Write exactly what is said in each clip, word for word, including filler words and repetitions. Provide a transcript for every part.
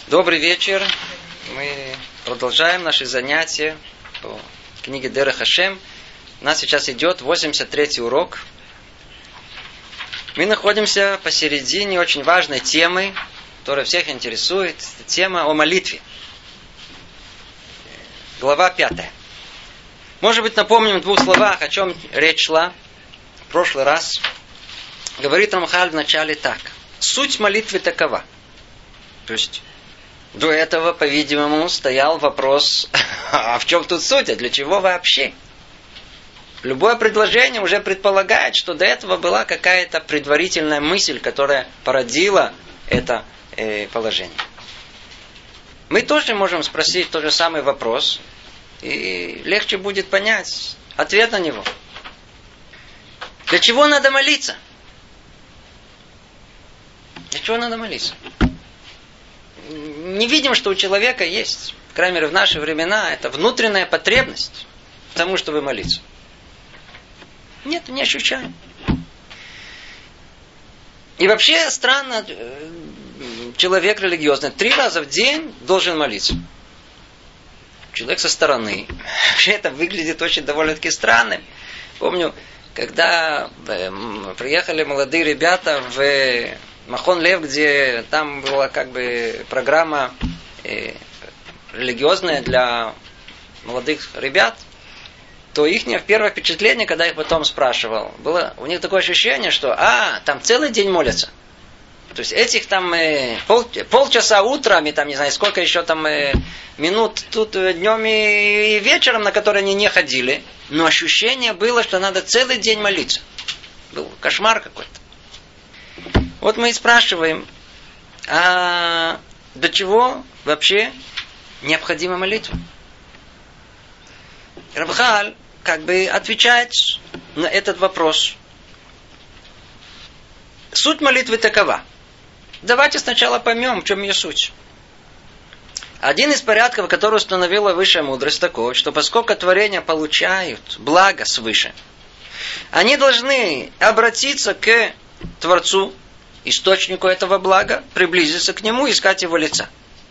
Добрый вечер. Мы продолжаем наши занятия по книге Дерех Хашем. У нас сейчас идет восемьдесят третий урок. Мы находимся посередине очень важной темы, которая всех интересует. Это тема о молитве. Глава пятая. Может быть, напомним в двух словах, о чем речь шла в прошлый раз. Говорит Рамхаль в начале так. Суть молитвы такова. То есть, до этого, по-видимому, стоял вопрос, а в чем тут суть, а для чего вообще? Любое предложение уже предполагает, что до этого была какая-то предварительная мысль, которая породила это э, положение. Мы тоже можем спросить тот же самый вопрос, и легче будет понять ответ на него. Для чего надо молиться? Для чего надо молиться? Не видим, что у человека есть, по крайней мере в наши времена, это внутренняя потребность к тому, чтобы молиться. Нет, не ощущаем. И вообще странно, человек религиозный три раза в день должен молиться. Человек со стороны. Вообще это выглядит очень довольно-таки странным. Помню, когда приехали молодые ребята в Махон Лев, где там была как бы программа э, религиозная для молодых ребят, то их первое впечатление, когда я их потом спрашивал, было у них такое ощущение, что а, там целый день молятся. То есть этих там э, пол, полчаса утром и там не знаю сколько еще там э, минут тут днем и, и вечером, на которые они не ходили, но ощущение было, что надо целый день молиться. Был кошмар какой-то. Вот мы и спрашиваем, а до чего вообще необходима молитва? Рамхаль как бы отвечает на этот вопрос. Суть молитвы такова. Давайте сначала поймем, в чем ее суть. Один из порядков, который установила высшая мудрость, такой, что поскольку творения получают благо свыше, они должны обратиться к Творцу, источнику этого блага, приблизиться к нему, искать его лица.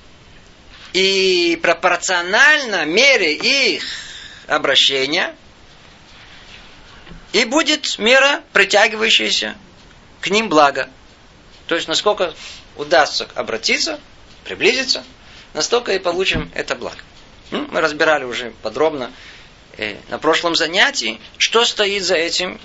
И пропорционально мере их обращения и будет мера, притягивающаяся к ним блага. То есть, насколько удастся обратиться, приблизиться, настолько и получим это благо. Ну, мы разбирали уже подробно э, на прошлом занятии, что стоит за этим.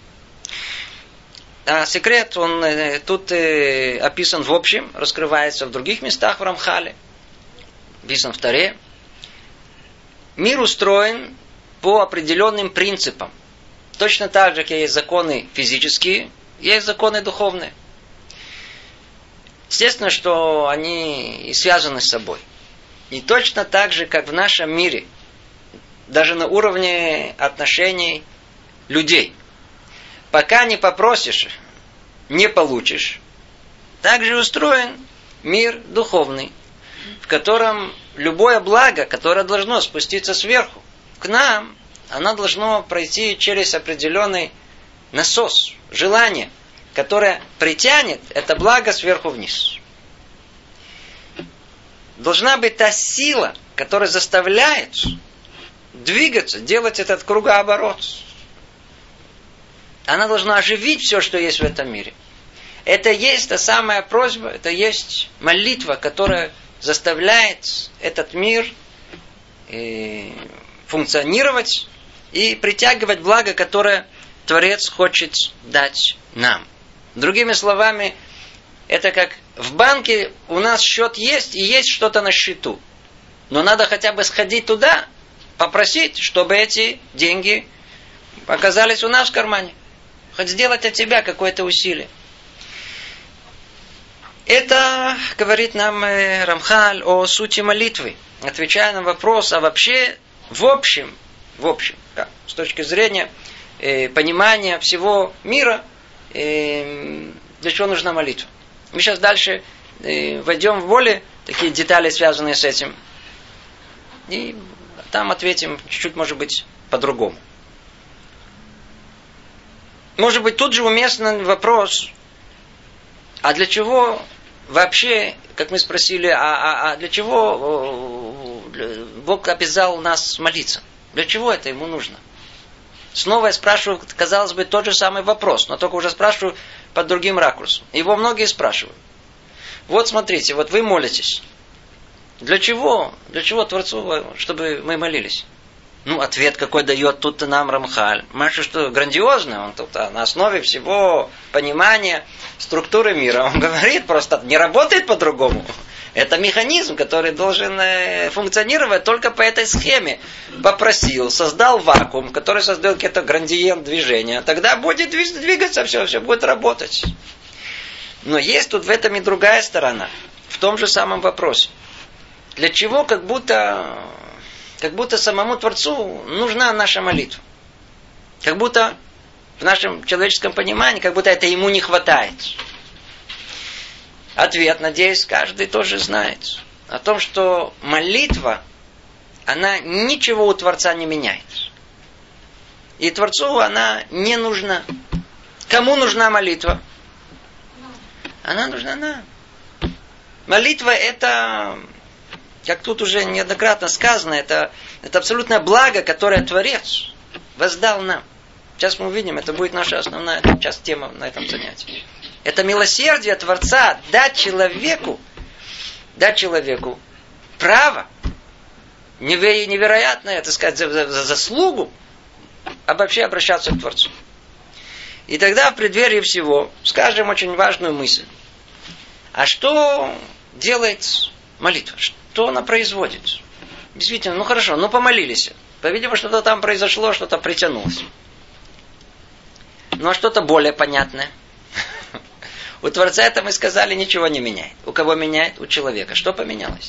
А секрет, он э, тут э, описан в общем, раскрывается в других местах в Рамхале, описан в Торе. Мир устроен по определенным принципам. Точно так же, как есть законы физические, есть законы духовные. Естественно, что они и связаны с собой. И точно так же, как в нашем мире, даже на уровне отношений людей, пока не попросишь, не получишь. Также устроен мир духовный, в котором любое благо, которое должно спуститься сверху к нам, оно должно пройти через определенный насос, желание, которое притянет это благо сверху вниз. Должна быть та сила, которая заставляет двигаться, делать этот кругооборот. Она должна оживить все, что есть в этом мире. Это есть та самая просьба, это есть молитва, которая заставляет этот мир э, функционировать и притягивать благо, которое Творец хочет дать нам. Другими словами, это как в банке у нас счет есть и есть что-то на счету. Но надо хотя бы сходить туда, попросить, чтобы эти деньги оказались у нас в кармане. Хоть сделать от тебя какое-то усилие. Это говорит нам Рамхаль о сути молитвы. Отвечая на вопрос, а вообще в общем, в общем, да, с точки зрения э, понимания всего мира, э, для чего нужна молитва. Мы сейчас дальше э, войдем в более такие детали, связанные с этим. И там ответим чуть-чуть, может быть, по-другому. Может быть, тут же уместен вопрос, а для чего вообще, как мы спросили, а, а, а для чего Бог обязал нас молиться? Для чего это ему нужно? Снова я спрашиваю, казалось бы, тот же самый вопрос, но только уже спрашиваю под другим ракурсом. Его многие спрашивают. Вот смотрите, вот вы молитесь. Для чего? Для чего Творцу, чтобы мы молились? Ну, ответ какой дает тут нам Рамхаль. Маша, что грандиозно, он тут на основе всего понимания структуры мира. Он говорит, просто не работает по-другому. Это механизм, который должен функционировать только по этой схеме. Попросил, создал вакуум, который создал какое-то градиент движения. Тогда будет двигаться все, все будет работать. Но есть тут в этом и другая сторона. В том же самом вопросе. Для чего как будто, как будто самому Творцу нужна наша молитва? Как будто в нашем человеческом понимании, как будто это ему не хватает. Ответ, надеюсь, каждый тоже знает. О том, что молитва, она ничего у Творца не меняет. И Творцу она не нужна. Кому нужна молитва? Она нужна нам. Молитва это, как тут уже неоднократно сказано, это, это абсолютное благо, которое Творец воздал нам. Сейчас мы увидим, это будет наша основная часть темы на этом занятии. Это милосердие Творца дать человеку, дать человеку право, невероятное, так сказать, за, за, за заслугу, вообще обращаться к Творцу. И тогда в преддверии всего скажем очень важную мысль. А что делает молитва? Что она производит? Действительно, ну хорошо, ну помолились. По-видимому, что-то там произошло, что-то притянулось. Ну а что-то более понятное. У Творца это мы сказали, ничего не меняет. У кого меняет? У человека. Что поменялось?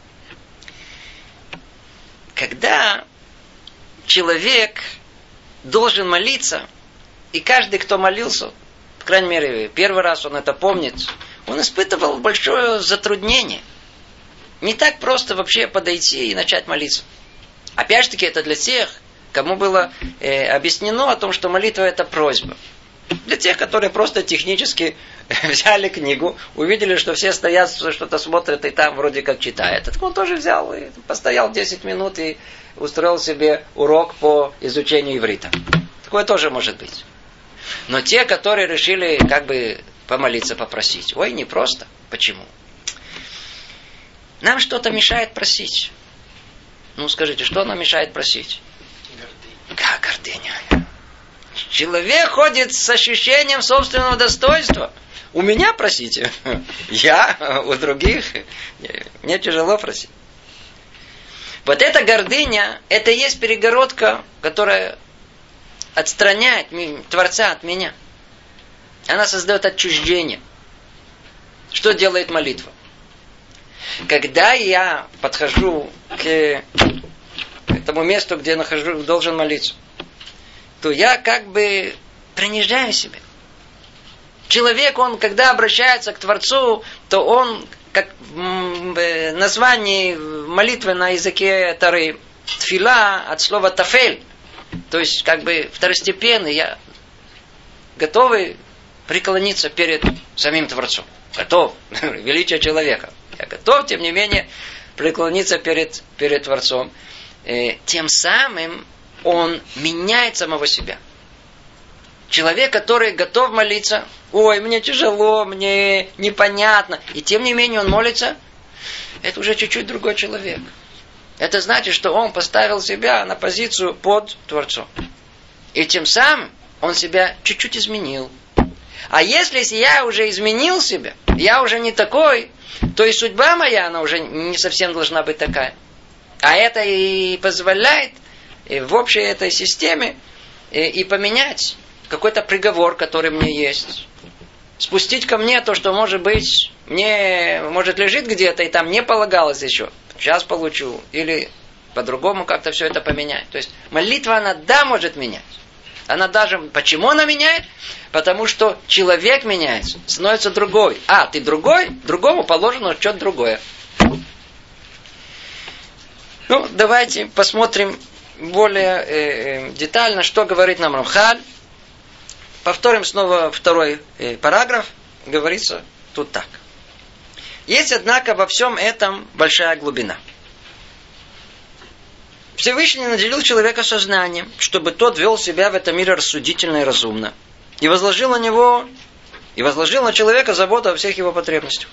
Когда человек должен молиться, и каждый, кто молился, по крайней мере, первый раз он это помнит, он испытывал большое затруднение. Не так просто вообще подойти и начать молиться. Опять же таки, это для тех, кому было э, объяснено о том, что молитва это просьба. Для тех, которые просто технически взяли книгу, увидели, что все стоят, что-то смотрят и там вроде как читают. Так он тоже взял и постоял десять минут и устроил себе урок по изучению иврита. Такое тоже может быть. Но те, которые решили как бы помолиться, попросить. Ой, не просто. Почему? Нам что-то мешает просить. Ну, скажите, что нам мешает просить? Гордыня. Как гордыня? Человек ходит с ощущением собственного достоинства. У меня просите. Я, у других. Мне тяжело просить. Вот эта гордыня, это и есть перегородка, которая отстраняет Творца от меня. Она создает отчуждение. Что делает молитва? Когда я подхожу к этому месту, где я нахожу, должен молиться, то я как бы принижаю себя. Человек, он, когда обращается к Творцу, то он, как в названии молитвы на языке Тары, тфила от слова тафель, то есть как бы второстепенный, я готовый преклониться перед самим Творцом. Готов. Величие человека. Я готов, тем не менее, преклониться перед, перед Творцом. И тем самым он меняет самого себя. Человек, который готов молиться, ой, мне тяжело, мне непонятно, и тем не менее он молится, это уже чуть-чуть другой человек. Это значит, что он поставил себя на позицию под Творцом. И тем самым он себя чуть-чуть изменил. А если я уже изменил себя, я уже не такой, то и судьба моя, она уже не совсем должна быть такая. А это и позволяет в общей этой системе и поменять какой-то приговор, который мне есть. Спустить ко мне то, что, может быть, мне, может, лежит где-то, и там не полагалось еще. Сейчас получу. Или по-другому как-то все это поменять. То есть молитва, она да, может менять. Она даже... Почему она меняет? Потому что человек меняется, становится другой. А, ты другой? Другому положено что-то другое. Ну, давайте посмотрим более э, детально, что говорит нам Рамхаль. Повторим снова второй э, параграф. Говорится тут так. Есть, однако, во всем этом большая глубина. Всевышний наделил человека сознанием, чтобы тот вел себя в этом мире рассудительно и разумно. И возложил на него, и возложил на человека заботу о всех его потребностях.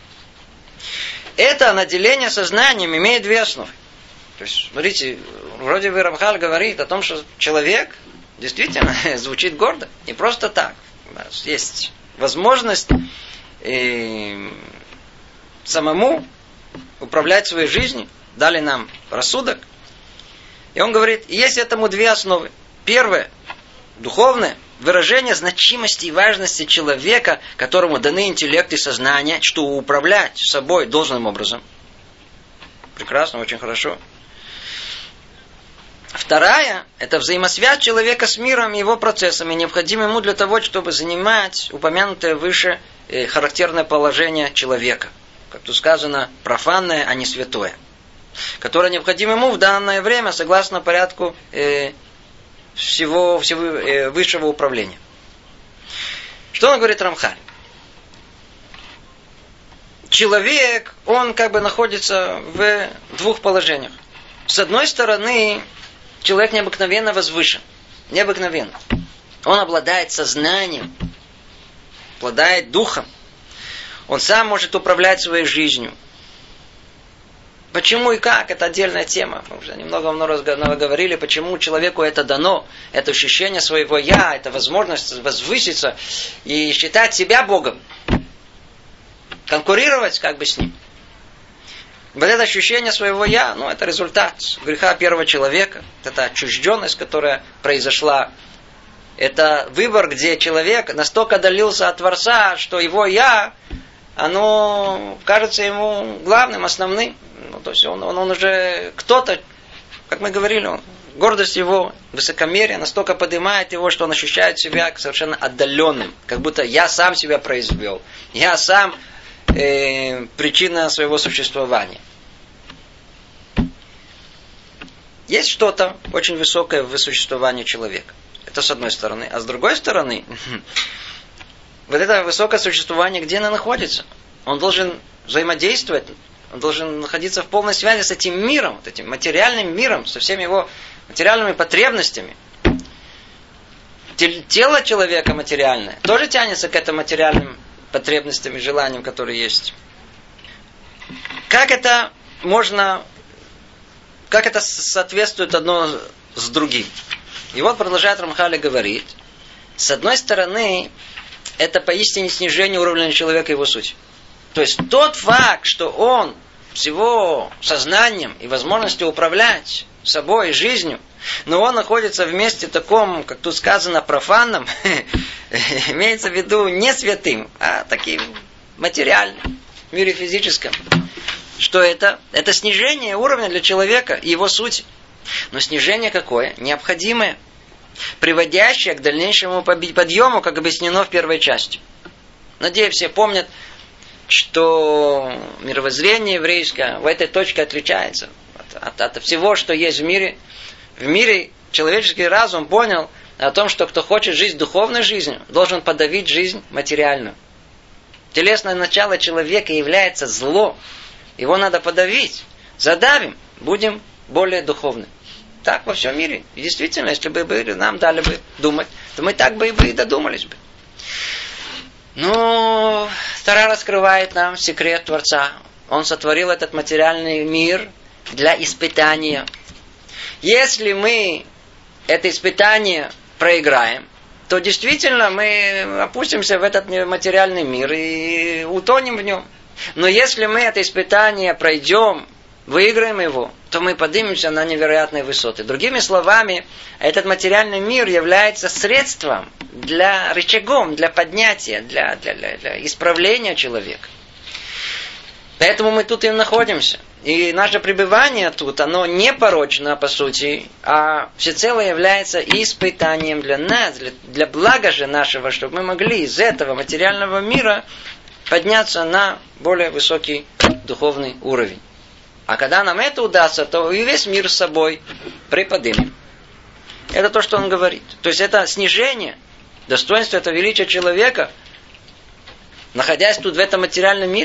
Это наделение сознанием имеет две основы. То есть, смотрите, вроде бы Рамхаль говорит о том, что человек действительно звучит гордо. Не просто так. Есть возможность э, самому управлять своей жизнью. Дали нам рассудок. И он говорит, есть этому две основы. Первое, духовное, выражение значимости и важности человека, которому даны интеллект и сознание, что управлять собой должным образом. Прекрасно, очень хорошо. Вторая, это взаимосвязь человека с миром и его процессами, необходимым ему для того, чтобы занимать упомянутое выше э, характерное положение человека. Как тут сказано, профанное, а не святое. Которое необходимо ему в данное время, согласно порядку э, всего, всего э, высшего управления. Что он говорит Рамхаль? Человек, он как бы находится в двух положениях. С одной стороны, человек необыкновенно возвышен. Необыкновенно. Он обладает сознанием, обладает духом. Он сам может управлять своей жизнью. Почему и как, это отдельная тема. Мы уже немного-много говорили, почему человеку это дано. Это ощущение своего «я», это возможность возвыситься и считать себя Богом. Конкурировать как бы с Ним. Вот это ощущение своего «я», ну, это результат греха первого человека. Это отчужденность, которая произошла. Это выбор, где человек настолько отдалился от Творца, что его «я», оно кажется ему главным, основным. Ну, то есть он, он, он уже кто-то, как мы говорили, он, гордость его, высокомерие настолько поднимает его, что он ощущает себя совершенно отдаленным. Как будто я сам себя произвел. Я сам э, причина своего существования. Есть что-то очень высокое в существовании человека. Это с одной стороны. А с другой стороны, вот это высокое существование, где оно находится? Он должен взаимодействовать. Он должен находиться в полной связи с этим миром, вот этим материальным миром, со всеми его материальными потребностями. Тело человека материальное тоже тянется к этим материальным потребностям и желаниям, которые есть. Как это можно, как это соответствует одно с другим? И вот продолжает Рамхаль говорить, с одной стороны, это поистине снижение уровня человека и его сути. То есть тот факт, что он с его сознанием и возможностью управлять собой и жизнью, но он находится в месте таком, как тут сказано, профанном, имеется в виду не святым, а таким материальным, в мире физическом. Что это? Это снижение уровня для человека и его сути. Но снижение какое? Необходимое, приводящее к дальнейшему подъему, как объяснено в первой части. Надеюсь, все помнят, что мировоззрение еврейское в этой точке отличается от, от, от всего, что есть в мире. В мире человеческий разум понял о том, что кто хочет жить духовной жизнью, должен подавить жизнь материальную. Телесное начало человека является зло. Его надо подавить. Задавим, будем более духовны. Так во всем мире. И действительно, если бы нам дали бы думать, то мы так бы и додумались бы. Но Тора раскрывает нам секрет Творца. Он сотворил этот материальный мир для испытания. Если мы это испытание проиграем, то действительно мы опустимся в этот материальный мир и утонем в нем. Но если мы это испытание пройдем, выиграем его, то мы поднимемся на невероятные высоты. Другими словами, этот материальный мир является средством, для рычагом, для поднятия, для, для, для, для исправления человека. Поэтому мы тут и находимся. И наше пребывание тут, оно не порочно, по сути, а всецело является испытанием для нас, для, для блага же нашего, чтобы мы могли из этого материального мира подняться на более высокий духовный уровень. А когда нам это удастся, то и весь мир с собой приподнимем. Это то, что он говорит. То есть это снижение достоинства, это величие человека, находясь тут в этом материальном мире,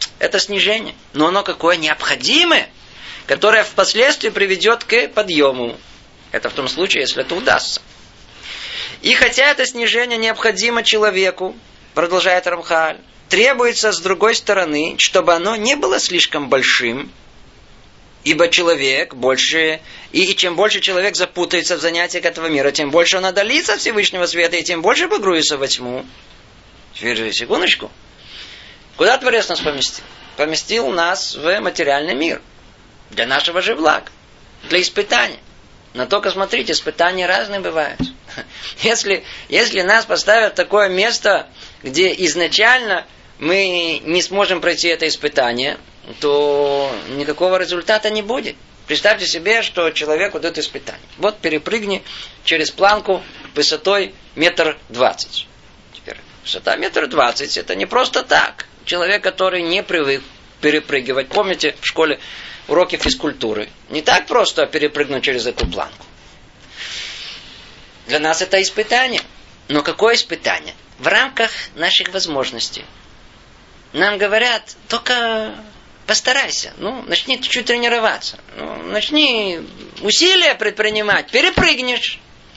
это снижение. Но оно какое? Необходимое, которое впоследствии приведет к подъему. Это в том случае, если это удастся. И хотя это снижение необходимо человеку, продолжает Рамхаль, требуется с другой стороны, чтобы оно не было слишком большим, ибо человек больше, и, и чем больше человек запутается в занятиях этого мира, тем больше он отдалится от Всевышнего света, и тем больше погрузится во тьму. Теперь, секундочку. Куда Творец нас поместил? Поместил нас в материальный мир. Для нашего же блага. Для испытания. Но только смотрите, испытания разные бывают. Если, если нас поставят в такое место, где изначально мы не сможем пройти это испытание, то никакого результата не будет. Представьте себе, что человеку дают испытание. Вот перепрыгни через планку высотой метр двадцать. Теперь высота метр двадцать, это не просто так. Человек, который не привык перепрыгивать. Помните в школе уроки физкультуры? Не так просто перепрыгнуть через эту планку. Для нас это испытание. Но какое испытание? В рамках наших возможностей. Нам говорят, только постарайся. Ну, начни чуть-чуть тренироваться. Ну, начни усилия предпринимать. Перепрыгнешь.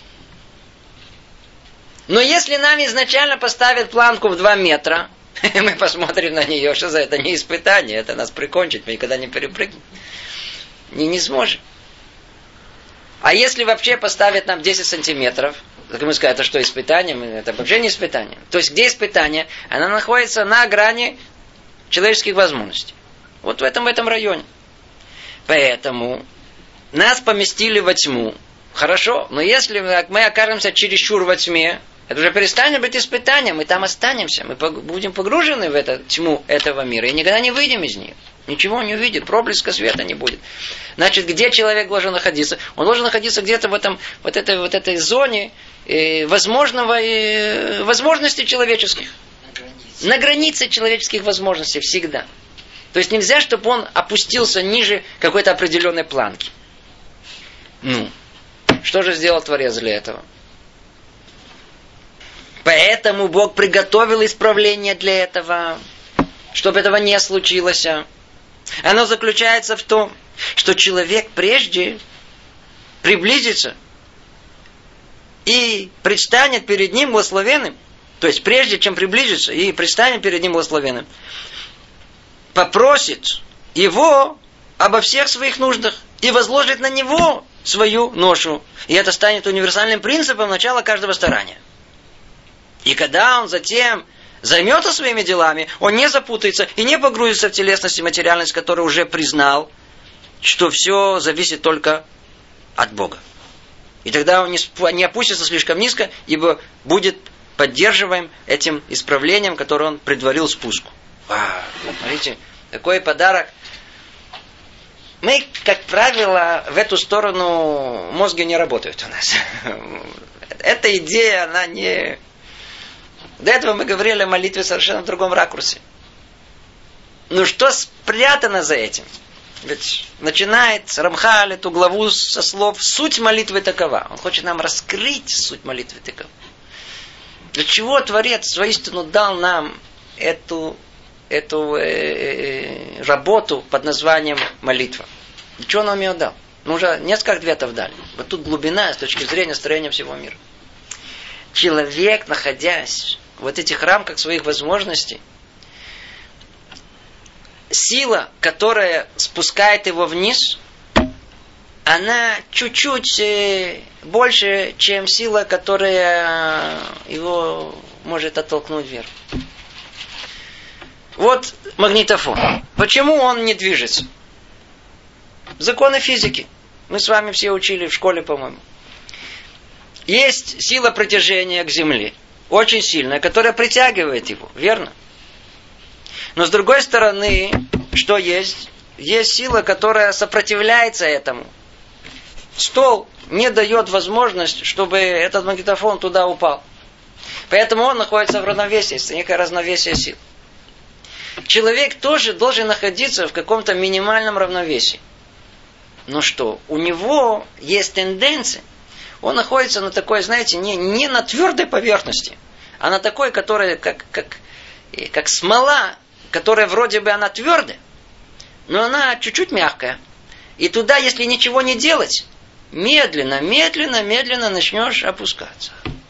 Но если нам изначально поставят планку в два метра, мы посмотрим на нее, что за это не испытание, это нас прикончит, мы никогда не перепрыгнем. Не, не сможем. А если вообще поставят нам десять сантиметров, так мы скажем, это что, испытание? Это вообще не испытание. То есть, где испытание? Оно находится на грани человеческих возможностей. Вот в этом, в этом районе. Поэтому нас поместили во тьму. Хорошо, но если мы окажемся чересчур во тьме, это уже перестанет быть испытанием, мы там останемся, мы будем погружены в эту тьму этого мира и никогда не выйдем из нее. Ничего не увидит, проблеска света не будет. Значит, где человек должен находиться? Он должен находиться где-то в, этом, вот этой, вот этой зоне э, возможного, э, возможностей человеческих. На границе. На границе человеческих возможностей всегда. То есть нельзя, чтобы он опустился ниже какой-то определенной планки. Ну, что же сделал Творец для этого? Поэтому Бог приготовил исправление для этого, чтобы этого не случилось. Оно заключается в том, что человек прежде приблизится и предстанет перед ним благословенным, то есть прежде чем приблизиться и предстанет перед ним благословенным, попросит его обо всех своих нуждах и возложит на него свою ношу. И это станет универсальным принципом начала каждого старания. И когда он затем займется своими делами, он не запутается и не погрузится в телесность и материальность, который уже признал, что все зависит только от Бога. И тогда он не опустится слишком низко, ибо будет поддерживаем этим исправлением, которое он предварил спуску. Вау, смотрите, такой подарок. Мы, как правило, в эту сторону мозги не работают у нас. Эта идея, она не... До этого мы говорили о молитве совершенно в другом ракурсе. Ну что спрятано за этим? Ведь начинает Рамхаль эту главу со слов «Суть молитвы такова». Он хочет нам раскрыть суть молитвы такова. Для чего Творец воистину дал нам эту, эту э, э, работу под названием молитва? Для чего он нам ее дал? Мы уже несколько ответов дали. Вот тут глубина с точки зрения строения всего мира. Человек, находясь в вот этих рамках своих возможностей, сила, которая спускает его вниз, она чуть-чуть больше, чем сила, которая его может оттолкнуть вверх. Вот магнитофон. Почему он не движется? Законы физики. Мы с вами все учили в школе, по-моему. Есть сила притяжения к Земле. Очень сильная, которая притягивает его. Верно? Но с другой стороны, что есть? Есть сила, которая сопротивляется этому. Стол не дает возможность, чтобы этот магнитофон туда упал. Поэтому он находится в равновесии. Это некое равновесие сил. Человек тоже должен находиться в каком-то минимальном равновесии. Ну что, у него есть тенденция. Он находится на такой, знаете, не, не на твердой поверхности, а на такой, которая как, как, как смола которая вроде бы она твердая, но она чуть-чуть мягкая. И туда, если ничего не делать, медленно, медленно, медленно начнешь опускаться.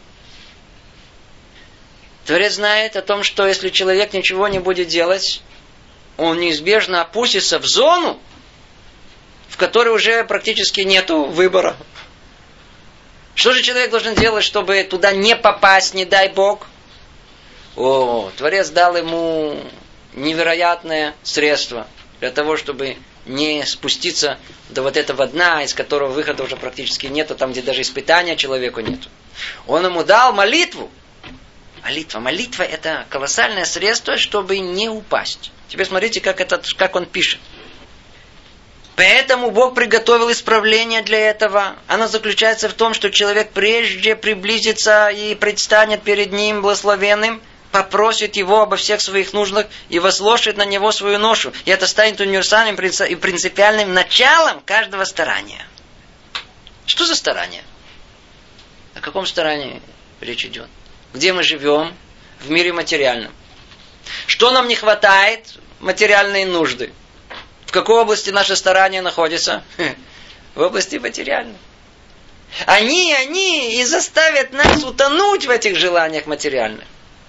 Творец знает о том, что если человек ничего не будет делать, он неизбежно опустится в зону, в которой уже практически нету выбора. Что же человек должен делать, чтобы туда не попасть, не дай Бог? О, Творец дал ему невероятное средство для того, чтобы не спуститься до вот этого дна, из которого выхода уже практически нету, там, где даже испытания человеку нету. Он ему дал молитву. Молитва. Молитва – это колоссальное средство, чтобы не упасть. Теперь смотрите, как, это, как он пишет. Поэтому Бог приготовил исправление для этого. Оно заключается в том, что человек прежде приблизится и предстанет перед Ним благословенным, попросит Его обо всех своих нуждах и возложит на Него свою ношу. И это станет универсальным и принципиальным началом каждого старания. Что за старание? О каком старании речь идет? Где мы живем? В мире материальном. Что нам не хватает? Материальные нужды. В какой области наше старание находится? В области материальной. Они, они и заставят нас утонуть в этих желаниях материальных.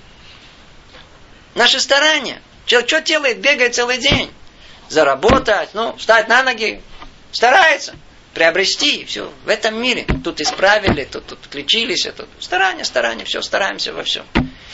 Наши старания. Человек что делает? Бегает целый день. Заработать, ну, встать на ноги. Старается. Приобрести. Все. В этом мире. Тут исправили, тут, тут лечились. Тут. Старание, старание. Все, стараемся во всем.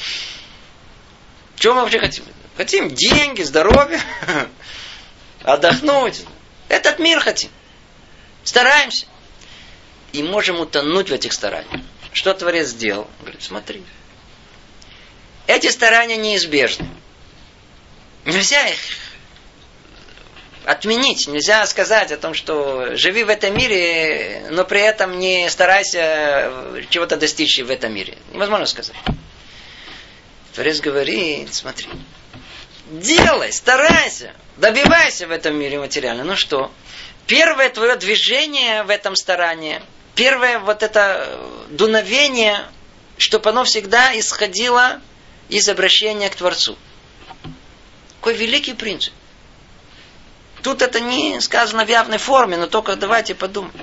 Чего мы вообще хотим? Хотим деньги, здоровье. Отдохнуть. Этот мир хотим. Стараемся. И можем утонуть в этих стараниях. Что Творец сделал? Говорит, смотри. Эти старания неизбежны. Нельзя их отменить. Нельзя сказать о том, что живи в этом мире, но при этом не старайся чего-то достичь в этом мире. Невозможно сказать. Творец говорит, смотри. Делай, старайся, добивайся в этом мире материально. Ну что? Первое твое движение в этом старании, первое вот это дуновение, чтобы оно всегда исходило из обращения к Творцу. Какой великий принцип. Тут это не сказано в явной форме, но только давайте подумаем.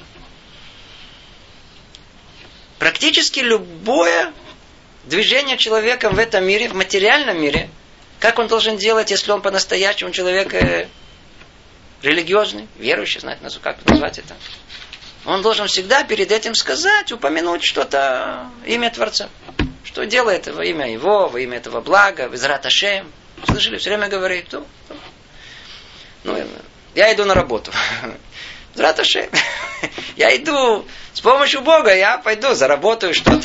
Практически любое движение человека в этом мире, в материальном мире, как он должен делать, если он по-настоящему человек э, религиозный, верующий, знаете, как назвать это? Он должен всегда перед этим сказать, упомянуть что-то, имя Творца. Что делает во имя Его, во имя этого блага, в Израт Ашем. Слышали, все время говорит, кто? Ну, я иду на работу. Израт Ашем. Я иду с помощью Бога, я пойду, заработаю что-то.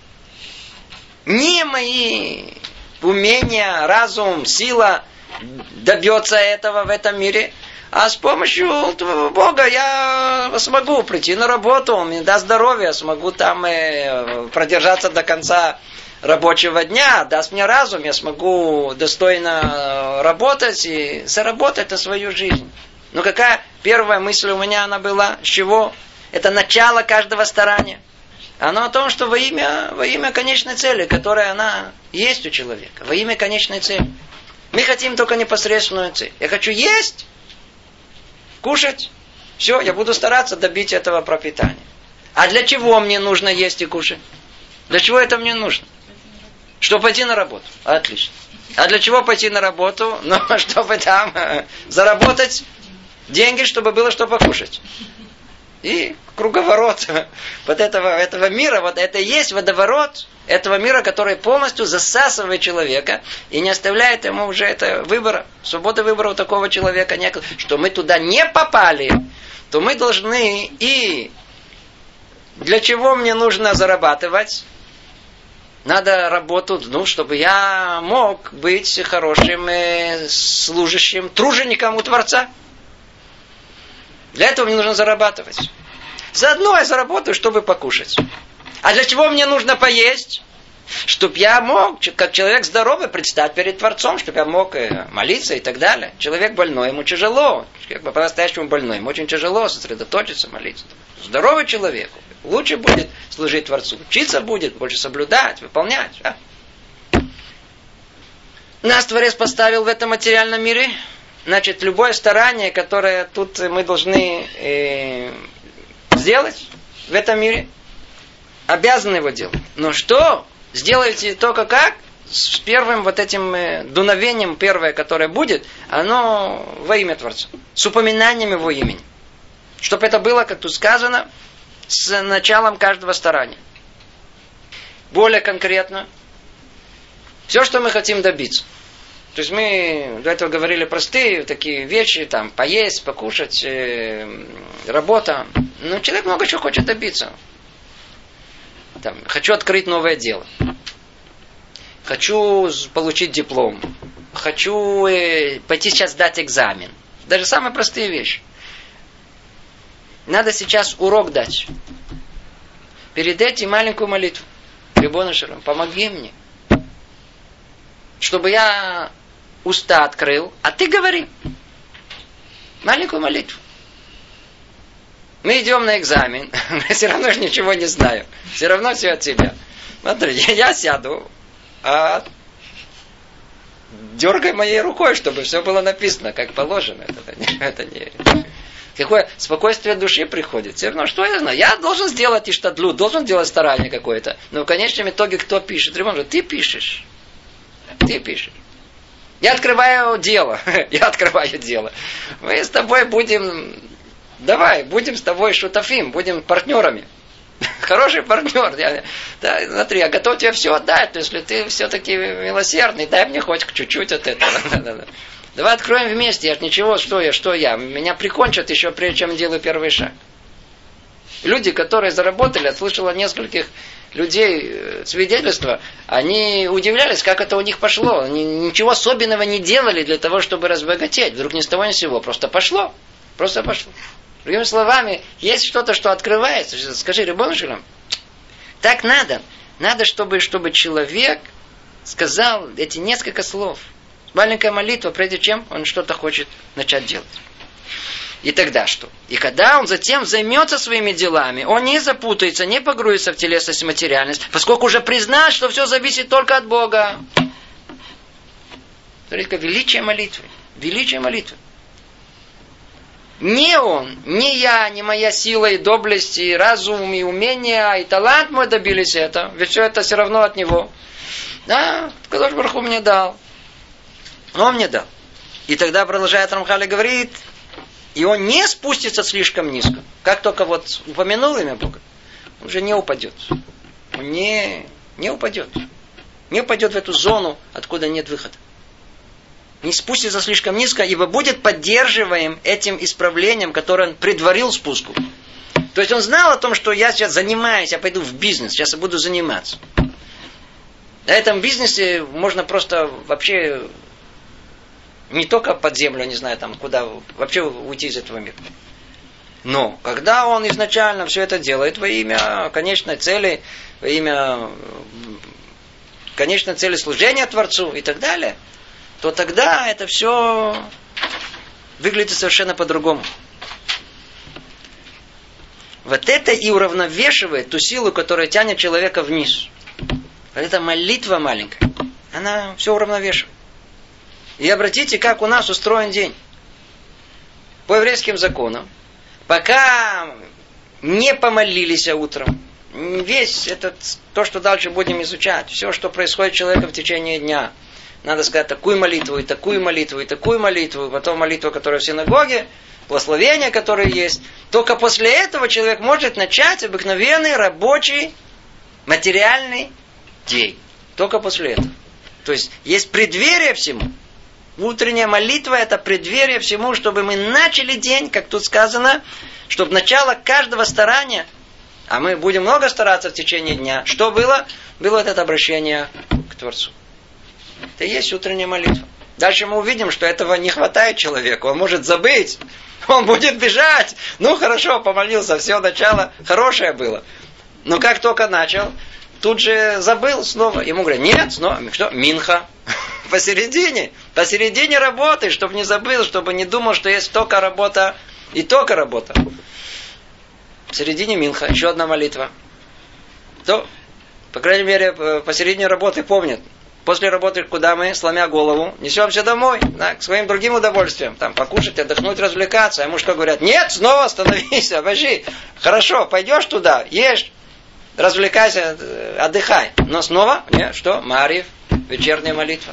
Не мои умения, разум, сила добьется этого в этом мире. А с помощью Бога я смогу прийти на работу, он мне даст здоровье, смогу там продержаться до конца рабочего дня, даст мне разум, я смогу достойно работать и заработать на свою жизнь. Но какая первая мысль у меня она была? С чего? Это начало каждого старания. Оно о том, что во имя, во имя конечной цели, которая она есть у человека, во имя конечной цели. Мы хотим только непосредственную цель. Я хочу есть, кушать, все, я буду стараться добить этого пропитания. А для чего мне нужно есть и кушать? Для чего это мне нужно? Чтобы пойти на работу. Отлично. А для чего пойти на работу? Ну, чтобы там заработать деньги, чтобы было что покушать. И круговорот вот этого, этого мира, вот это и есть водоворот этого мира, который полностью засасывает человека и не оставляет ему уже это выбора, свободы выбора у такого человека нет. Что мы туда не попали, то мы должны и для чего мне нужно зарабатывать? Надо работу, ну, чтобы я мог быть хорошим э, служащим, тружеником у Творца. Для этого мне нужно зарабатывать. Заодно я заработаю, чтобы покушать. А для чего мне нужно поесть? Чтобы я мог, как человек здоровый, предстать перед Творцом, чтобы я мог молиться и так далее. Человек больной, ему тяжело. Как бы по-настоящему больной, ему очень тяжело сосредоточиться, молиться. Здоровый человек лучше будет служить Творцу. Учиться будет, больше соблюдать, выполнять. А? Нас Творец поставил в этом материальном мире. Значит, любое старание, которое тут мы должны э, сделать в этом мире, обязаны его делать. Но что? Сделайте только как? С первым вот этим э, дуновением, первое, которое будет, оно во имя Творца. С упоминанием его имени. Чтобы это было, как тут сказано, с началом каждого старания. Более конкретно, все, что мы хотим добиться. То есть мы до этого говорили простые такие вещи, там, поесть, покушать, э, работа. Но человек много чего хочет добиться. Там, хочу открыть новое дело. Хочу получить диплом. Хочу э, пойти сейчас сдать экзамен. Даже самые простые вещи. Надо сейчас урок дать. Перед этим маленькую молитву. Рибону шel олам, помоги мне. Чтобы я уста открыл, а ты говори. Маленькую молитву. Мы идем на экзамен, мы все равно же ничего не знаем. Все равно все от тебя. Смотри, я сяду, а дергай моей рукой, чтобы все было написано, как положено. Это не, это не... Какое спокойствие души приходит. Все равно, что я знаю? Я должен сделать иштадлут, должен делать старание какое-то. Но в конечном итоге кто пишет? Ты пишешь. Ты пишешь. Я открываю дело. Я открываю дело. Мы с тобой будем... Давай, будем с тобой шутафим, будем партнерами. Хороший партнер. Я, да, смотри, я готов тебе все отдать. Но если ты все-таки милосердный, дай мне хоть чуть-чуть от этого. Давай откроем вместе. Я ж ничего, что я, что я. Меня прикончат еще прежде, чем делаю первый шаг. Люди, которые заработали, я слышал о нескольких людей свидетельства, они удивлялись, как это у них пошло. Они ничего особенного не делали для того, чтобы разбогатеть. Вдруг ни с того ни с сего. Просто пошло. Просто пошло. Другими словами, есть что-то, что открывается. Скажи, Рибону шел олам, так надо. Надо, чтобы, чтобы человек сказал эти несколько слов. Маленькая молитва, прежде чем он что-то хочет начать делать. И тогда что? И когда он затем займется своими делами, он не запутается, не погрузится в телесность и материальность, поскольку уже признал, что все зависит только от Бога. Смотрите, величие молитвы. Величие молитвы. Не он, не я, не моя сила и доблесть, и разум, и умения, и талант мой добились это. Ведь все это все равно от него. Да, Кадош Барух Ху мне дал. Он мне дал. И тогда продолжает Рамхаль и говорит, и он не спустится слишком низко. Как только вот упомянул имя Бога, он уже не упадет. Он не, не упадет. Не упадет в эту зону, откуда нет выхода. Не спустится слишком низко, ибо будет поддерживаем этим исправлением, которое он предварил спуску. То есть он знал о том, что я сейчас занимаюсь, я пойду в бизнес, сейчас я буду заниматься. На этом бизнесе можно просто вообще не только под землю, не знаю, там куда, вообще уйти из этого мира. Но когда он изначально все это делает во имя конечной цели, во имя конечной цели служения Творцу и так далее, то тогда это все выглядит совершенно по-другому. Вот это и уравновешивает ту силу, которая тянет человека вниз. Вот эта молитва маленькая, она все уравновешивает. И обратите, как у нас устроен день. По еврейским законам, пока не помолились утром, весь этот, то, что дальше будем изучать, все, что происходит с человеком в течение дня, надо сказать такую молитву, и такую молитву, и такую молитву, потом молитву, которая в синагоге, благословение, которое есть. Только после этого человек может начать обыкновенный, рабочий, материальный день. Только после этого. То есть, есть преддверие всему. Утренняя молитва – это преддверие всему, чтобы мы начали день, как тут сказано, чтобы начало каждого старания, а мы будем много стараться в течение дня. Что было? Было это обращение к Творцу. Это и есть утренняя молитва. Дальше мы увидим, что этого не хватает человеку. Он может забыть. Он будет бежать. Ну, хорошо, помолился. Все, начало хорошее было. Но как только начал, тут же забыл снова. Ему говорят, нет, снова. Что? Минха. Посередине. Посередине работы, чтобы не забыл, чтобы не думал, что есть только работа и только работа. Посередине Минха. Еще одна молитва. То, по крайней мере, посередине работы помнят. После работы куда мы, сломя голову, несемся домой, да, к своим другим удовольствиям. Там покушать, отдохнуть, развлекаться. А мужья говорят, нет, снова остановись, обожди. Хорошо, пойдешь туда, ешь, развлекайся, отдыхай. Но снова, нет, что? Маарив, вечерняя молитва.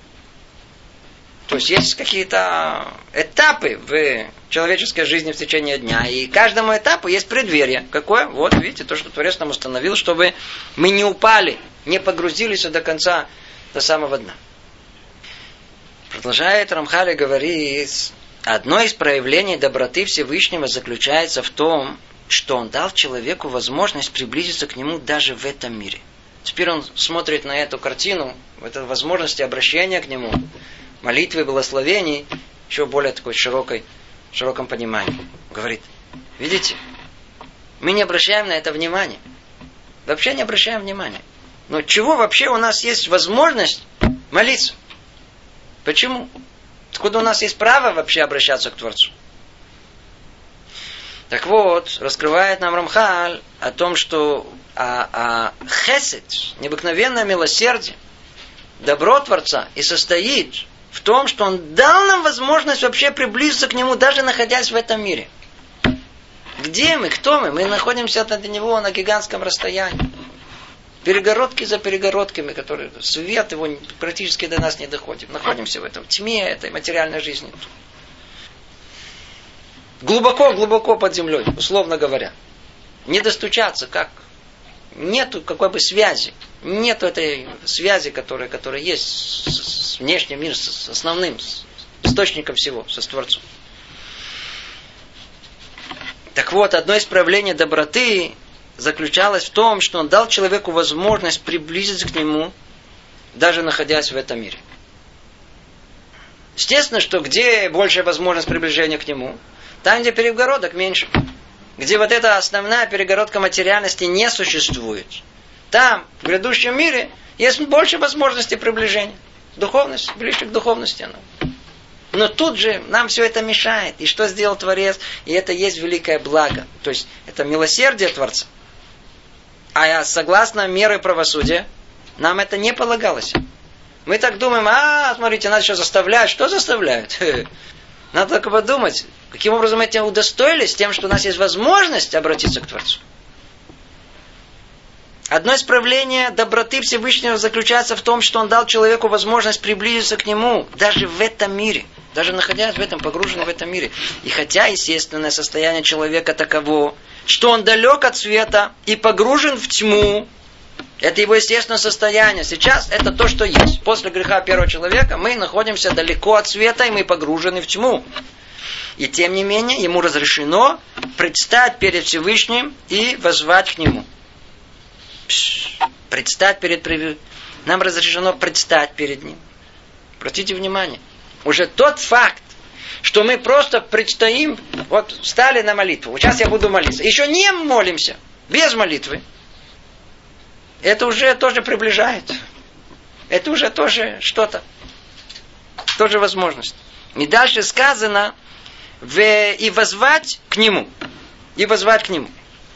То есть есть какие-то этапы в человеческой жизни в течение дня. И каждому этапу есть преддверие. Какое? Вот, видите, то, что Творец нам установил, чтобы мы не упали, не погрузились до конца, до самого дна. Продолжает Рамхаль говорить, одно из проявлений доброты Всевышнего заключается в том, что Он дал человеку возможность приблизиться к Нему даже в этом мире. Теперь он смотрит на эту картину, в этой возможности обращения к Нему, молитвы, благословений, еще более такой широкой, широком понимании. Говорит, видите, мы не обращаем на это внимания. Вообще не обращаем внимания. Но чего вообще у нас есть возможность молиться? Почему? Откуда у нас есть право вообще обращаться к Творцу? Так вот, раскрывает нам Рамхаль о том, что а, а, хесед, необыкновенное милосердие, добро Творца и состоит в том, что Он дал нам возможность вообще приблизиться к Нему, даже находясь в этом мире. Где мы? Кто мы? Мы находимся от Него на гигантском расстоянии. Перегородки за перегородками, которые свет его практически до нас не доходит. Находимся в этом тьме этой материальной жизни. Глубоко-глубоко под землей, условно говоря. Не достучаться, как? Нету какой бы связи. Нету этой связи, которая, которая есть с, с внешним миром, с основным, с источником всего, со Творцом. Так вот, одно из проявлений доброты заключалось в том, что Он дал человеку возможность приблизиться к Нему, даже находясь в этом мире. Естественно, что где большая возможность приближения к Нему, там, где перегородок меньше. Где вот эта основная перегородка материальности не существует. Там, в грядущем мире, есть больше возможностей приближения. Духовность, ближе к духовности она. Но тут же нам все это мешает. И что сделал Творец? И это есть великое благо. То есть, это милосердие Творца. А согласно меры правосудия, нам это не полагалось. Мы так думаем, а, смотрите, нас еще заставляют. Что заставляют? Надо только подумать, каким образом эти удостоились тем, что у нас есть возможность обратиться к Творцу. Одно из проявлений доброты Всевышнего заключается в том, что Он дал человеку возможность приблизиться к Нему, даже в этом мире, даже находясь в этом, погруженном в этом мире. И хотя естественное состояние человека таково, что он далек от света и погружен в тьму, это его естественное состояние. Сейчас это то, что есть. После греха первого человека мы находимся далеко от света, и мы погружены в тьму. И тем не менее, ему разрешено предстать перед Всевышним и воззвать к Нему. Предстать перед... Нам разрешено предстать перед Ним. Обратите внимание. Уже тот факт, что мы просто предстоим, вот встали на молитву, вот сейчас я буду молиться, еще не молимся, без молитвы, это уже тоже приближает. Это уже тоже что-то. Тоже возможность. И дальше сказано, и воззвать к Нему. И воззвать к Нему.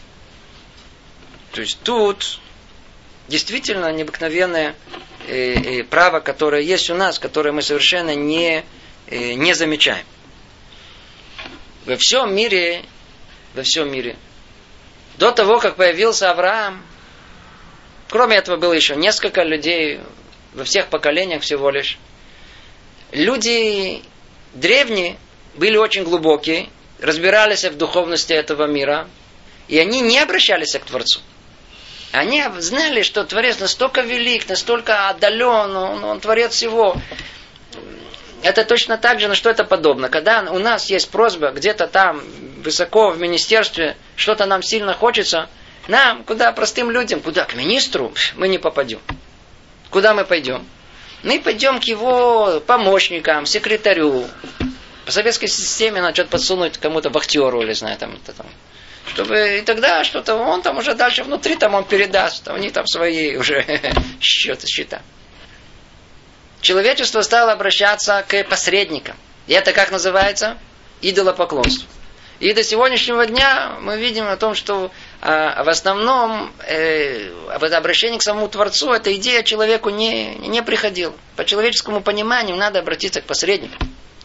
То есть тут действительно необыкновенное э, э, право, которое есть у нас, которое мы совершенно не, э, не замечаем. Во всем мире, во всем мире, до того, как появился Авраам, кроме этого было еще несколько людей во всех поколениях всего лишь. Люди древние были очень глубокие, разбирались в духовности этого мира, и они не обращались к Творцу. Они знали, что Творец настолько велик, настолько отдален, он, он Творец всего. Это точно так же, на что это подобно. Когда у нас есть просьба где-то там, высоко в министерстве, что-то нам сильно хочется, нам, куда простым людям, куда? К министру мы не попадем. Куда мы пойдем? Мы пойдем к его помощникам, секретарю. По советской системе надо что-то подсунуть кому-то вахтеру, или знаю, там, там. Чтобы и тогда что-то, он там уже дальше внутри там он передаст. У них там свои уже счеты, счета. Человечество стало обращаться к посредникам. И это как называется? Идолопоклонство. И до сегодняшнего дня мы видим о том, что А в основном э, обращение к самому Творцу, эта идея человеку не, не приходила. По человеческому пониманию надо обратиться к посреднику.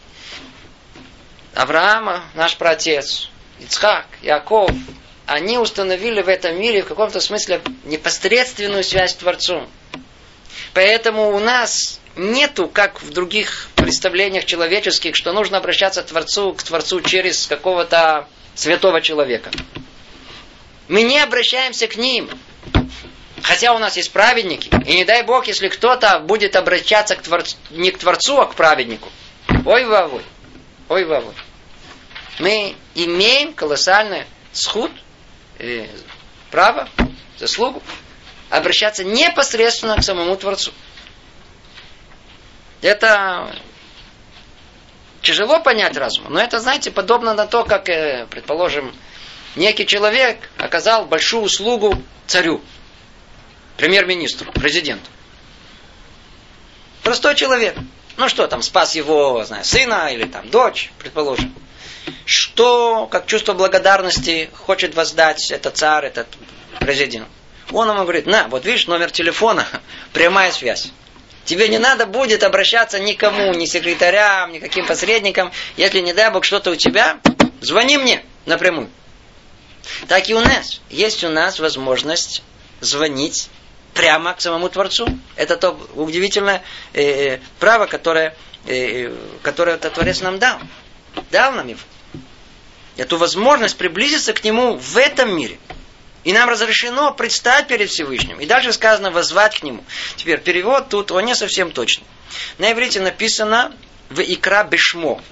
Авраама, наш праотец, Ицхак, Иаков, они установили в этом мире в каком-то смысле непосредственную связь с Творцом. Поэтому у нас нету, как в других представлениях человеческих, что нужно обращаться к Творцу, к Творцу через какого-то святого человека. Мы не обращаемся к ним. Хотя у нас есть праведники. И не дай Бог, если кто-то будет обращаться к Творцу, не к Творцу, а к праведнику. Ой-вовой. Ой-вовой. Мы имеем колоссальный схуд, э, право, заслугу обращаться непосредственно к самому Творцу. Это тяжело понять разумом, но это, знаете, подобно на то, как, э, предположим, некий человек оказал большую услугу царю, премьер-министру, президенту. Простой человек. Ну что там, спас его, знаю, сына или там дочь, предположим. Что, как чувство благодарности, хочет воздать этот царь, этот президент. Он ему говорит: на, вот видишь, номер телефона, прямая связь. Тебе не надо будет обращаться никому, ни секретарям, никаким посредникам. Если, не дай Бог, что-то у тебя, звони мне напрямую. Так и у нас. Есть у нас возможность звонить прямо к самому Творцу. Это то удивительное э, право, которое, э, которое этот Творец нам дал. Дал нам его. Эту возможность приблизиться к Нему в этом мире. И нам разрешено предстать перед Всевышним. И дальше сказано воззвать к Нему. Теперь перевод тут, он не совсем точный. На иврите написано в икра бешмо.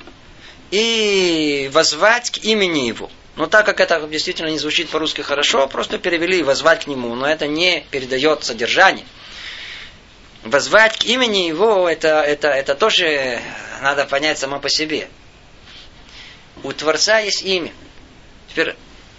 И воззвать к имени Его. Но так как это действительно не звучит по-русски хорошо, просто перевели воззвать к Нему. Но это не передает содержание. Воззвать к имени Его, это, это, это тоже надо понять само по себе. У Творца есть имя. Теперь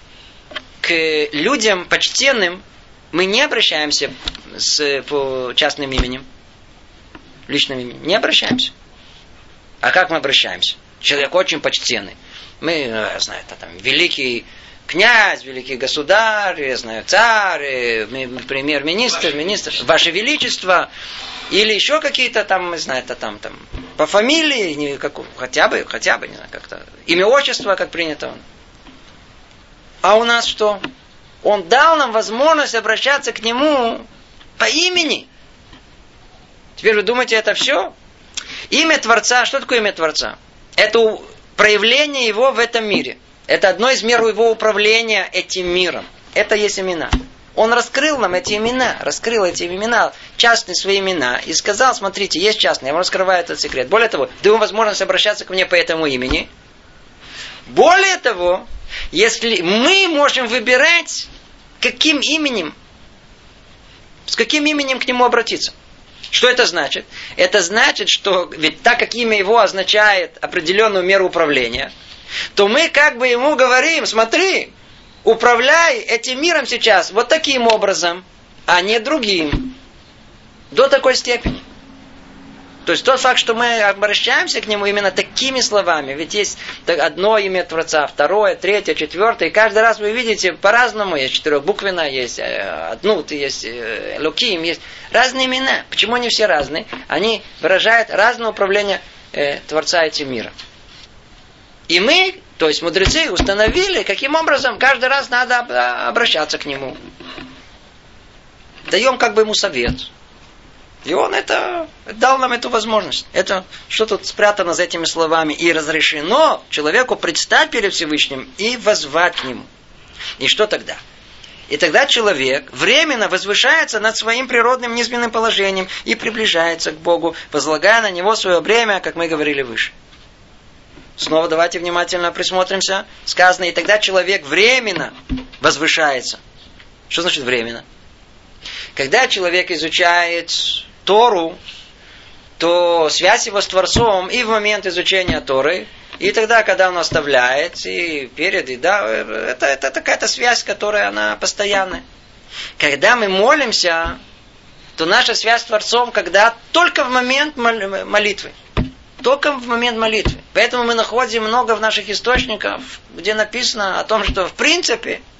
к людям почтенным мы не обращаемся с, по частным именем, личным именем. Не обращаемся. А как мы обращаемся? Человек очень почтенный. Мы, я знаю, это там великий князь, великий государь, я знаю, царь, премьер-министр, министр, Ваше Величество, или еще какие-то там, не знаю, это там, там по фамилии, не, как, хотя бы, хотя бы, не знаю, как-то, имя, отчество, как принято. А у нас что? Он дал нам возможность обращаться к Нему по имени. Теперь вы думаете, это все? Имя Творца, что такое имя Творца? Это проявление Его в этом мире. Это одно из мер Его управления этим миром. Это есть имена. Он раскрыл нам эти имена, раскрыл эти имена, частные свои имена, и сказал: смотрите, есть частные, я вам раскрываю этот секрет. Более того, даю возможность обращаться ко мне по этому имени. Более того, если мы можем выбирать, каким именем, с каким именем к Нему обратиться. Что это значит? Это значит, что ведь так как имя Его означает определенную меру управления, то мы как бы Ему говорим: смотри, управляй этим миром сейчас вот таким образом, а не другим. До такой степени. То есть тот факт, что мы обращаемся к Нему именно такими словами, ведь есть одно имя Творца, второе, третье, четвертое, и каждый раз вы видите по-разному, есть четырехбуквенное, есть Аднут, есть Элоким, есть разные имена. Почему они все разные? Они выражают разное управление э, Творца этим миром. И мы, то есть мудрецы, установили, каким образом каждый раз надо обращаться к Нему. Даем как бы Ему совет. И Он это дал нам эту возможность. Это что тут спрятано за этими словами? И разрешено человеку предстать перед Всевышним и воззвать к Нему. И что тогда? И тогда человек временно возвышается над своим природным низменным положением и приближается к Богу, возлагая на Него свое бремя, как мы говорили выше. Снова давайте внимательно присмотримся. Сказано: и тогда человек временно возвышается. Что значит временно? Когда человек изучает Тору, то связь его с Творцом и в момент изучения Торы, и тогда, когда он оставляет, и перед, и да, это, это такая-то связь, которая она постоянная. Когда мы молимся, то наша связь с Творцом, когда только в момент молитвы. Только в момент молитвы. Поэтому мы находим много в наших источниках, где написано о том, что в принципе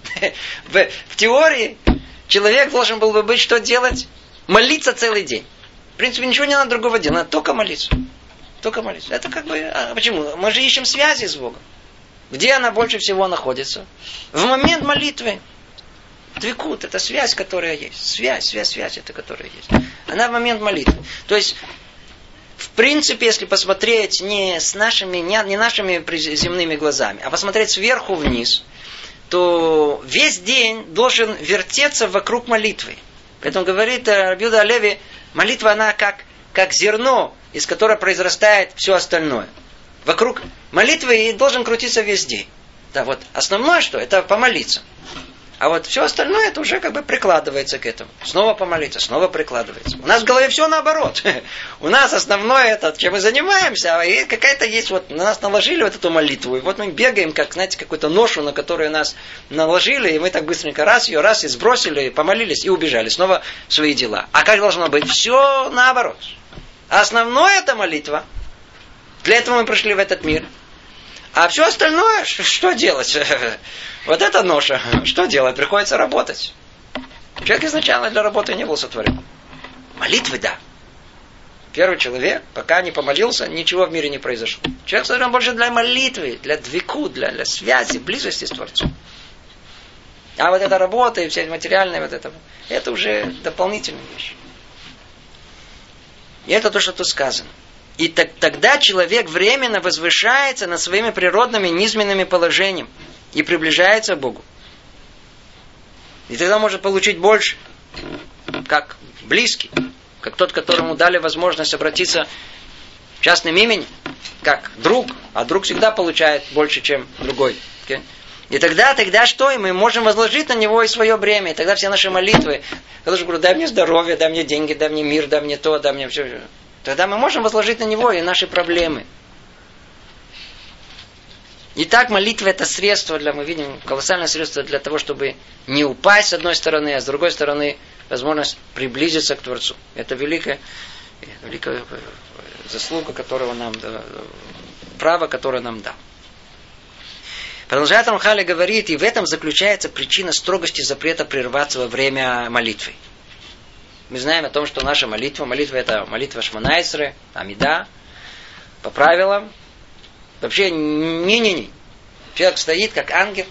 в, в теории человек должен был бы быть что делать? Молиться целый день. В принципе, ничего не надо другого делать, надо только молиться. Только молиться. Это как бы... А почему? Мы же ищем связи с Богом. Где она больше всего находится? В момент молитвы. Двикут, это связь, которая есть. Связь, связь, связь, это которая есть. Она в момент молитвы. То есть, в принципе, если посмотреть не с нашими, не, не нашими земными глазами, а посмотреть сверху вниз, то весь день должен вертеться вокруг молитвы. Поэтому говорит Раби Йеhuda Алеви, молитва она как, как зерно, из которого произрастает все остальное. Вокруг молитвы должен крутиться весь день. Да, вот основное что? Это помолиться. А вот все остальное, это уже как бы прикладывается к этому. Снова помолиться, снова прикладывается. У нас в голове все наоборот. У нас основное это, чем мы занимаемся, и какая-то есть, вот на нас наложили вот эту молитву, и вот мы бегаем, как, знаете, какую-то ношу, на которую нас наложили, и мы так быстренько раз ее, раз и сбросили, помолились и убежали. Снова в свои дела. А как должно быть? Все наоборот. А основное это молитва. Для этого мы пришли в этот мир. А все остальное, что делать? Вот это ноша. Что делать? Приходится работать. Человек изначально для работы не был сотворен. Молитвы, да. Первый человек, пока не помолился, ничего в мире не произошло. Человек сотворен больше для молитвы, для двику, для, для связи, близости с Творцом. А вот эта работа и все материальные, вот это, это уже дополнительная вещь. И это то, что тут сказано. И так, тогда человек временно возвышается над своими природными низменными положениями и приближается к Богу. И тогда может получить больше, как близкий, как тот, которому дали возможность обратиться частным именем, как друг, а друг всегда получает больше, чем другой. Okay? И тогда, тогда что? И мы можем возложить на него и свое бремя. И тогда все наши молитвы, когда же говорю, дай мне здоровье, дай мне деньги, дай мне мир, дай мне то, дай мне все. Тогда мы можем возложить на него и наши проблемы. Итак, молитва это средство для, мы видим, колоссальное средство для того, чтобы не упасть с одной стороны, а с другой стороны возможность приблизиться к Творцу. Это великая, великая заслуга, которого нам, право, которое нам дал. Продолжает Рамхаль говорит, и в этом заключается причина строгости запрета прерваться во время молитвы. Мы знаем о том, что наша молитва, молитва это молитва Шмона Эсрей, Амида, по правилам. Вообще, не-не-не. Человек стоит, как ангел,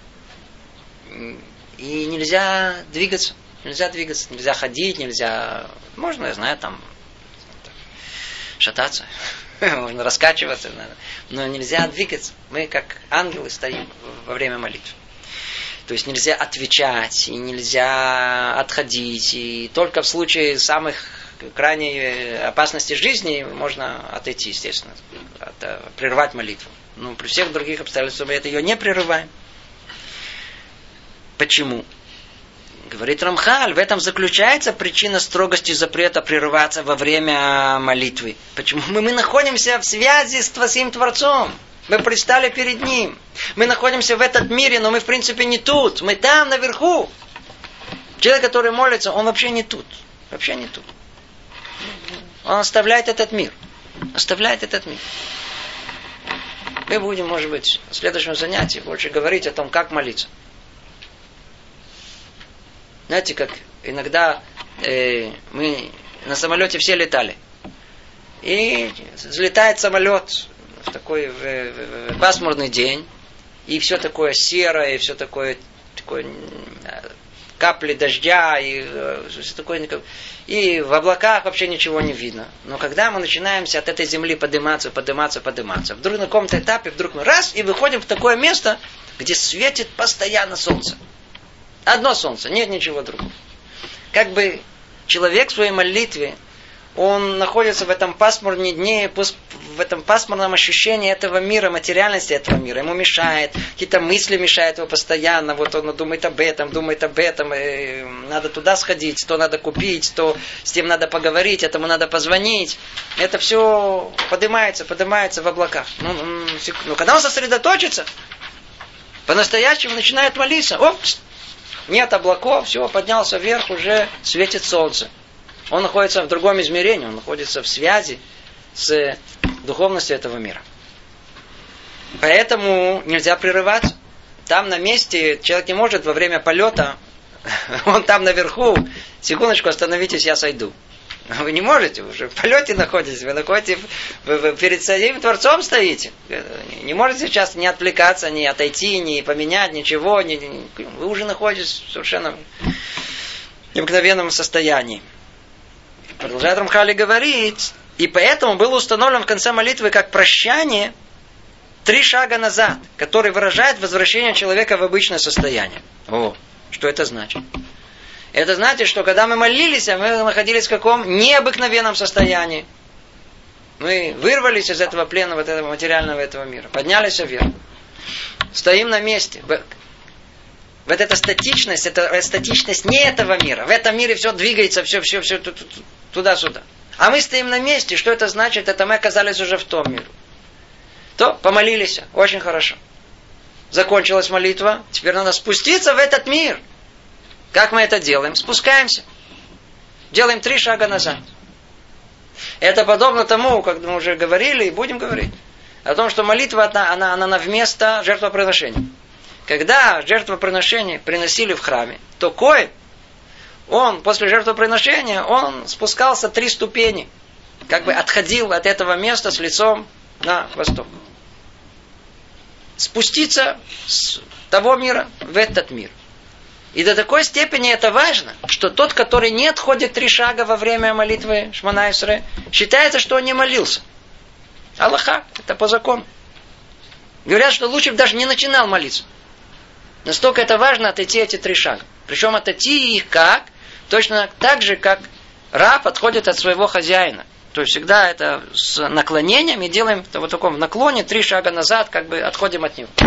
и нельзя двигаться. Нельзя двигаться, нельзя ходить, нельзя... Можно, я знаю, там, шататься, можно раскачиваться, но нельзя двигаться. Мы, как ангелы, стоим во время молитвы. То есть нельзя отвечать, и нельзя отходить, и только в случае самых крайней опасности жизни можно отойти, естественно, от, прервать молитву. Но при всех других обстоятельствах мы это ее не прерываем. Почему? Говорит Рамхаль, в этом заключается причина строгости запрета прерываться во время молитвы. Почему? Мы, мы находимся в связи с своим Творцом. Мы предстали перед Ним. Мы находимся в этом мире, но мы в принципе не тут. Мы там, наверху. Человек, который молится, он вообще не тут. Вообще не тут. Он оставляет этот мир. Оставляет этот мир. Мы будем, может быть, в следующем занятии больше говорить о том, как молиться. Знаете, как иногда э, мы на самолете все летали. И взлетает самолет в такой в, в, в пасмурный день, и все такое серое, и все такое, такое капли дождя, и все такое, и в облаках вообще ничего не видно. Но когда мы начинаемся от этой земли подниматься, подниматься, подниматься, вдруг на каком-то этапе, вдруг мы раз, и выходим в такое место, где светит постоянно солнце. Одно солнце, нет ничего другого. Как бы человек в своей молитве, он находится в этом пасмурном дне, в этом пасмурном ощущении этого мира, материальности этого мира. Ему мешает, какие-то мысли мешают его постоянно. Вот он думает об этом, думает об этом. Надо туда сходить, то надо купить, то с тем надо поговорить, этому надо позвонить. Это все поднимается, поднимается в облаках. Ну, ну когда он сосредоточится, по-настоящему начинает молиться. Оп, нет облаков, все, поднялся вверх, уже светит солнце. Он находится в другом измерении, он находится в связи с духовностью этого мира. Поэтому нельзя прерываться. там на месте человек не может во время полета, он там наверху, секундочку, остановитесь, я сойду. Вы не можете, вы уже в полете находитесь, вы находитесь, вы, вы перед самим Творцом стоите. Не можете сейчас не отвлекаться, не отойти, не поменять, ничего. Не, не, вы уже находитесь в совершенно необыкновенном состоянии. Продолжает Рамхаль говорить, и поэтому было установлено в конце молитвы как прощание три шага назад, который выражает возвращение человека в обычное состояние. О, что это значит? Это значит, что когда мы молились, мы находились в каком необыкновенном состоянии. Мы вырвались из этого плена, вот этого материального этого мира. Поднялись вверх. Стоим на месте. Вот эта статичность, это статичность не этого мира. В этом мире все двигается, все, все, все туда-сюда. А мы стоим на месте. Что это значит? Это мы оказались уже в том мире. То помолились. Очень хорошо. Закончилась молитва. Теперь надо спуститься в этот мир. Как мы это делаем? Спускаемся. Делаем три шага назад. Это подобно тому, как мы уже говорили и будем говорить, о том, что молитва, она, она, она вместо жертвоприношения. Когда жертвоприношение приносили в храме, то коэн, он после жертвоприношения, он спускался три ступени. Как бы отходил от этого места с лицом на восток. Спуститься с того мира в этот мир. И до такой степени это важно, что тот, который не отходит три шага во время молитвы Шмона Исре, считается, что он не молился. Аллаха, это по закону. Говорят, что лучше бы даже не начинал молиться. Настолько это важно отойти эти три шага. Причем отойти их как? Точно так же, как раб отходит от своего хозяина. То есть всегда это с наклонением и делаем в вот таком наклоне три шага назад, как бы отходим от него.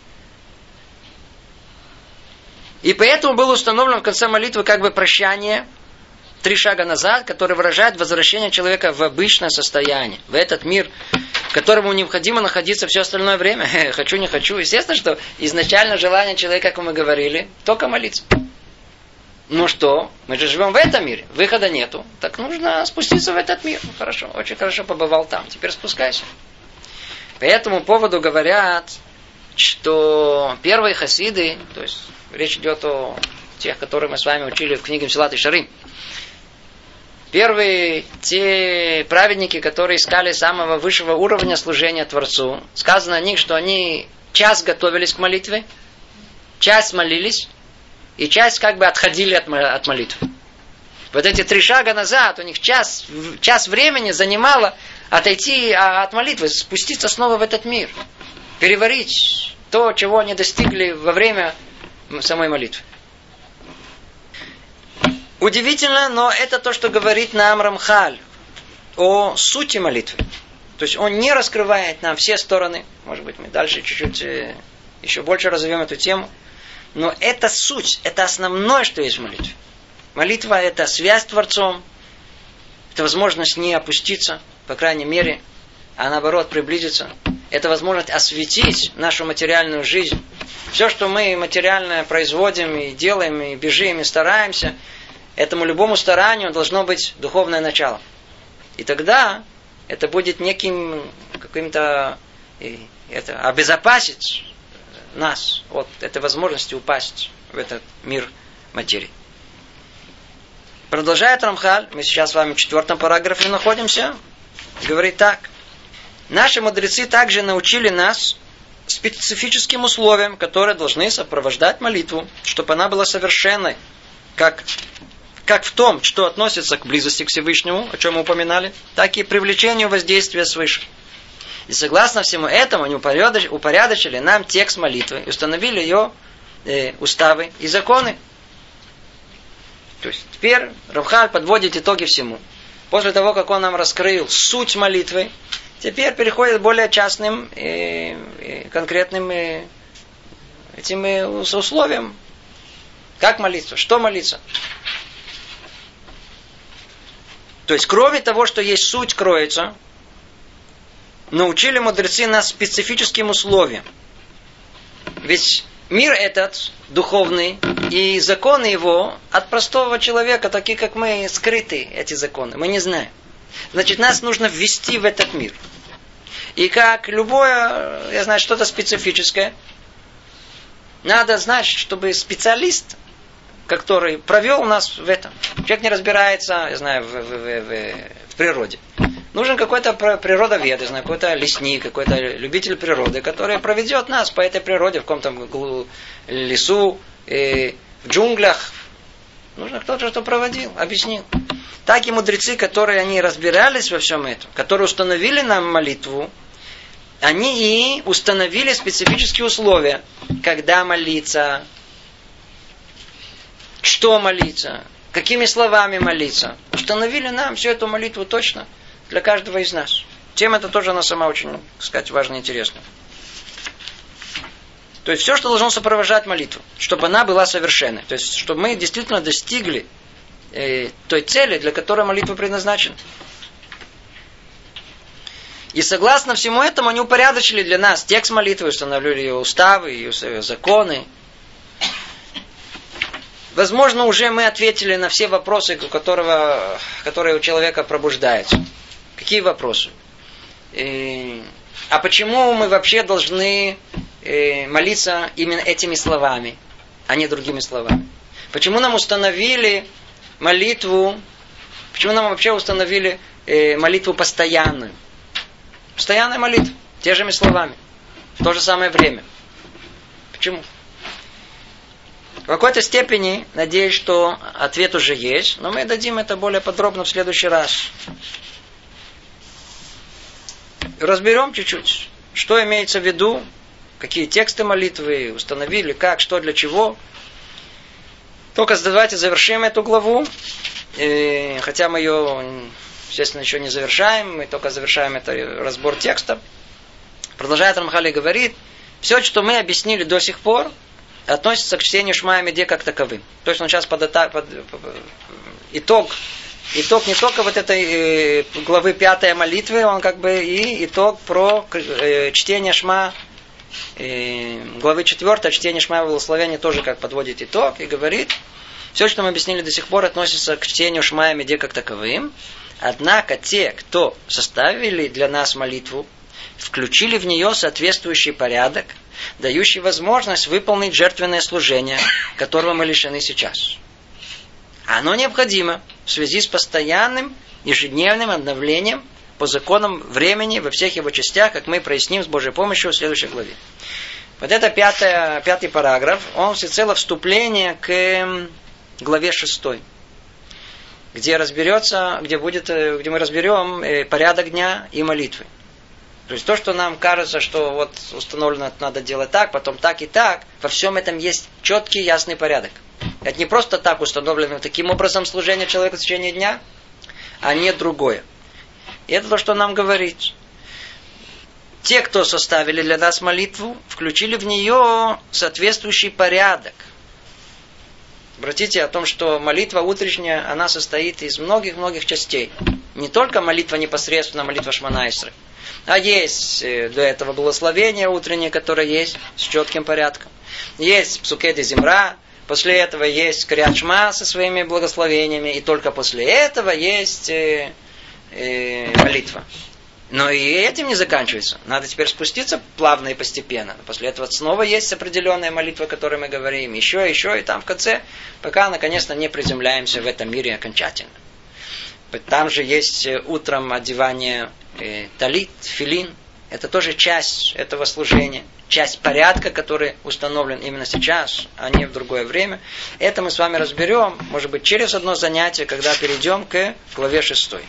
И поэтому было установлено в конце молитвы как бы прощание, три шага назад, которое выражает возвращение человека в обычное состояние, в этот мир, в котором ему необходимо находиться все остальное время. Хочу, не хочу. Естественно, что изначально желание человека, как мы говорили, только молиться. Ну что, мы же живем в этом мире, выхода нету, так нужно спуститься в этот мир. Ну, хорошо, очень хорошо побывал там, теперь спускайся. По этому поводу говорят, что первые хасиды, то есть речь идет о тех, которые мы с вами учили в книге Мсилат Ишарим. Первые те праведники, которые искали самого высшего уровня служения Творцу, сказано о них, что они час готовились к молитве, час молились, и часть как бы отходили от, от молитвы. Вот эти три шага назад, у них час, час времени занимало отойти от молитвы, спуститься снова в этот мир, переварить то, чего они достигли во время самой молитвы. Удивительно, но это то, что говорит нам Рамхаль о сути молитвы. То есть он не раскрывает нам все стороны. Может быть, мы дальше чуть-чуть еще больше разовьем эту тему. Но это суть, это основное, что есть в молитве. Молитва – это связь с Творцом, это возможность не опуститься, по крайней мере, а наоборот приблизиться. Это возможность осветить нашу материальную жизнь. Все, что мы материальное производим и делаем, и бежим, и стараемся, этому любому старанию должно быть духовное начало. И тогда это будет неким каким-то это, обезопасить нас от этой возможности упасть в этот мир материи. Продолжает Рамхаль, мы сейчас с вами в четвертом параграфе находимся, говорит так. Наши мудрецы также научили нас специфическим условиям, которые должны сопровождать молитву, чтобы она была совершенной, как, как в том, что относится к близости к Всевышнему, о чем мы упоминали, так и привлечению воздействия свыше. И согласно всему этому они упорядочили, упорядочили нам текст молитвы и установили ее э, уставы и законы. То есть теперь Рамхаль подводит итоги всему. После того, как он нам раскрыл суть молитвы, теперь переходит к более частным и, и конкретным и, этим и условиям. Как молиться? Что молиться? То есть, кроме того, что есть суть, кроется, научили мудрецы нас специфическим условиям. Ведь мир этот, духовный, и законы его от простого человека, такие как мы, скрыты, эти законы. Мы не знаем. Значит, нас нужно ввести в этот мир. И как любое, я знаю, что-то специфическое, Надо знать, чтобы специалист, который провел нас в этом. Человек не разбирается, я знаю, в, в, в, в, в природе. Нужен какой-то природовед, я знаю, какой-то лесник, какой-то любитель природы, который проведет нас по этой природе в каком-то лесу, в джунглях. Нужно кто-то, что проводил, объяснил. Так и мудрецы, которые они разбирались во всем этом, которые установили нам молитву, они и установили специфические условия, когда молиться, что молиться, какими словами молиться. Установили нам всю эту молитву точно для каждого из нас. Тема эта тоже она сама очень, так сказать, важна и интересна. То есть все, что должно сопровождать молитву, чтобы она была совершенной. То есть, чтобы мы действительно достигли э, той цели, для которой молитва предназначена. И согласно всему этому, они упорядочили для нас текст молитвы, установили ее уставы, ее законы. Возможно, уже мы ответили на все вопросы, которого, которые у человека пробуждаются. Какие вопросы? И, а почему мы вообще должны э, молиться именно этими словами, а не другими словами? Почему нам установили молитву, почему нам вообще установили э, молитву постоянную? Постоянная молитва, те же словами, в то же самое время. Почему? В какой-то степени, надеюсь, что ответ уже есть, но мы дадим это более подробно в следующий раз. Разберем чуть-чуть, что имеется в виду, какие тексты молитвы установили, как, что, для чего. Только давайте завершим эту главу, и, хотя мы ее, естественно, еще не завершаем, мы только завершаем это разбор текста. Продолжает Рамхаль и говорит, все, что мы объяснили до сих пор, относится к чтению Шма Амиде как таковым. То есть он сейчас под, под, под итог, итог не только вот этой э, главы пятой молитвы, он как бы и итог про э, чтение Шма, э, главы четвертой, чтение Шма благословения тоже как подводит итог и говорит, все, что мы объяснили до сих пор, относится к чтению Шма Амиде как таковым. Однако те, кто составили для нас молитву, включили в нее соответствующий порядок, дающий возможность выполнить жертвенное служение, которого мы лишены сейчас. Оно необходимо в связи с постоянным ежедневным обновлением по законам времени во всех его частях, как мы проясним с Божьей помощью в следующей главе. Вот это пятый, пятый параграф, он всецело вступление к главе шестой, где разберется, где будет, где мы разберем порядок дня и молитвы. То есть то, что нам кажется, что вот установлено, надо делать так, потом так и так, во всем этом есть четкий, ясный порядок. Это не просто так установлено таким образом служение человека в течение дня, а не другое. И это то, что нам говорит. Те, кто составили для нас молитву, включили в нее соответствующий порядок. Обратите о том, что молитва утренняя, она состоит из многих-многих частей. Не только молитва непосредственно, молитва Шмона Эсрей. А есть до этого благословение утреннее, которое есть с четким порядком. Есть Псукей де Зимра, после этого есть Криат Шма со своими благословениями, и только после этого есть э, э, молитва. Но и этим не заканчивается. Надо теперь спуститься плавно и постепенно. После этого снова есть определенная молитва, о которой мы говорим. Еще, еще, и там в конце, пока наконец-то не приземляемся в этом мире окончательно. Там же есть утром одевание э, талит, филин. Это тоже часть этого служения. Часть порядка, который установлен именно сейчас, а не в другое время. Это мы с вами разберем, может быть, через одно занятие, когда перейдем к главе шестой.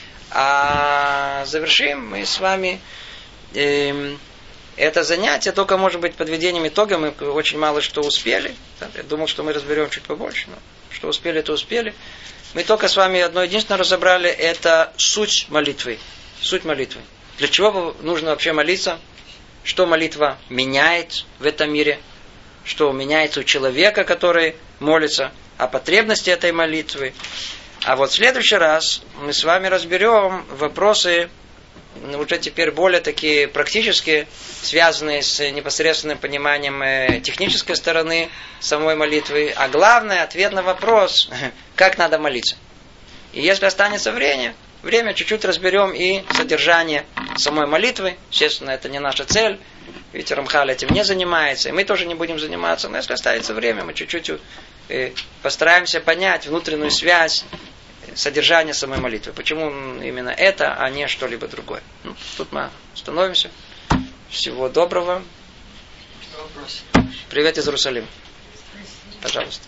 А завершим мы с вами э, это занятие только, может быть, подведением итога. Мы очень мало что успели. Я думал, что мы разберем чуть побольше, но что успели, то успели. Мы только с вами одно единственное разобрали, это суть молитвы. Суть молитвы. Для чего нужно вообще молиться? Что молитва меняет в этом мире? Что меняется у человека, который молится? О потребности этой молитвы. А вот в следующий раз мы с вами разберем вопросы, уже теперь более такие практические, связанные с непосредственным пониманием технической стороны самой молитвы. А главное, ответ на вопрос, как надо молиться. И если останется время, время чуть-чуть разберем и содержание самой молитвы. Естественно, это не наша цель. Ведь Рамхаль этим не занимается. И мы тоже не будем заниматься. Но если останется время, мы чуть-чуть постараемся понять внутреннюю связь, содержание самой молитвы. Почему именно это, а не что-либо другое. Ну, тут мы остановимся. Всего доброго. Привет из Иерусалима. Пожалуйста.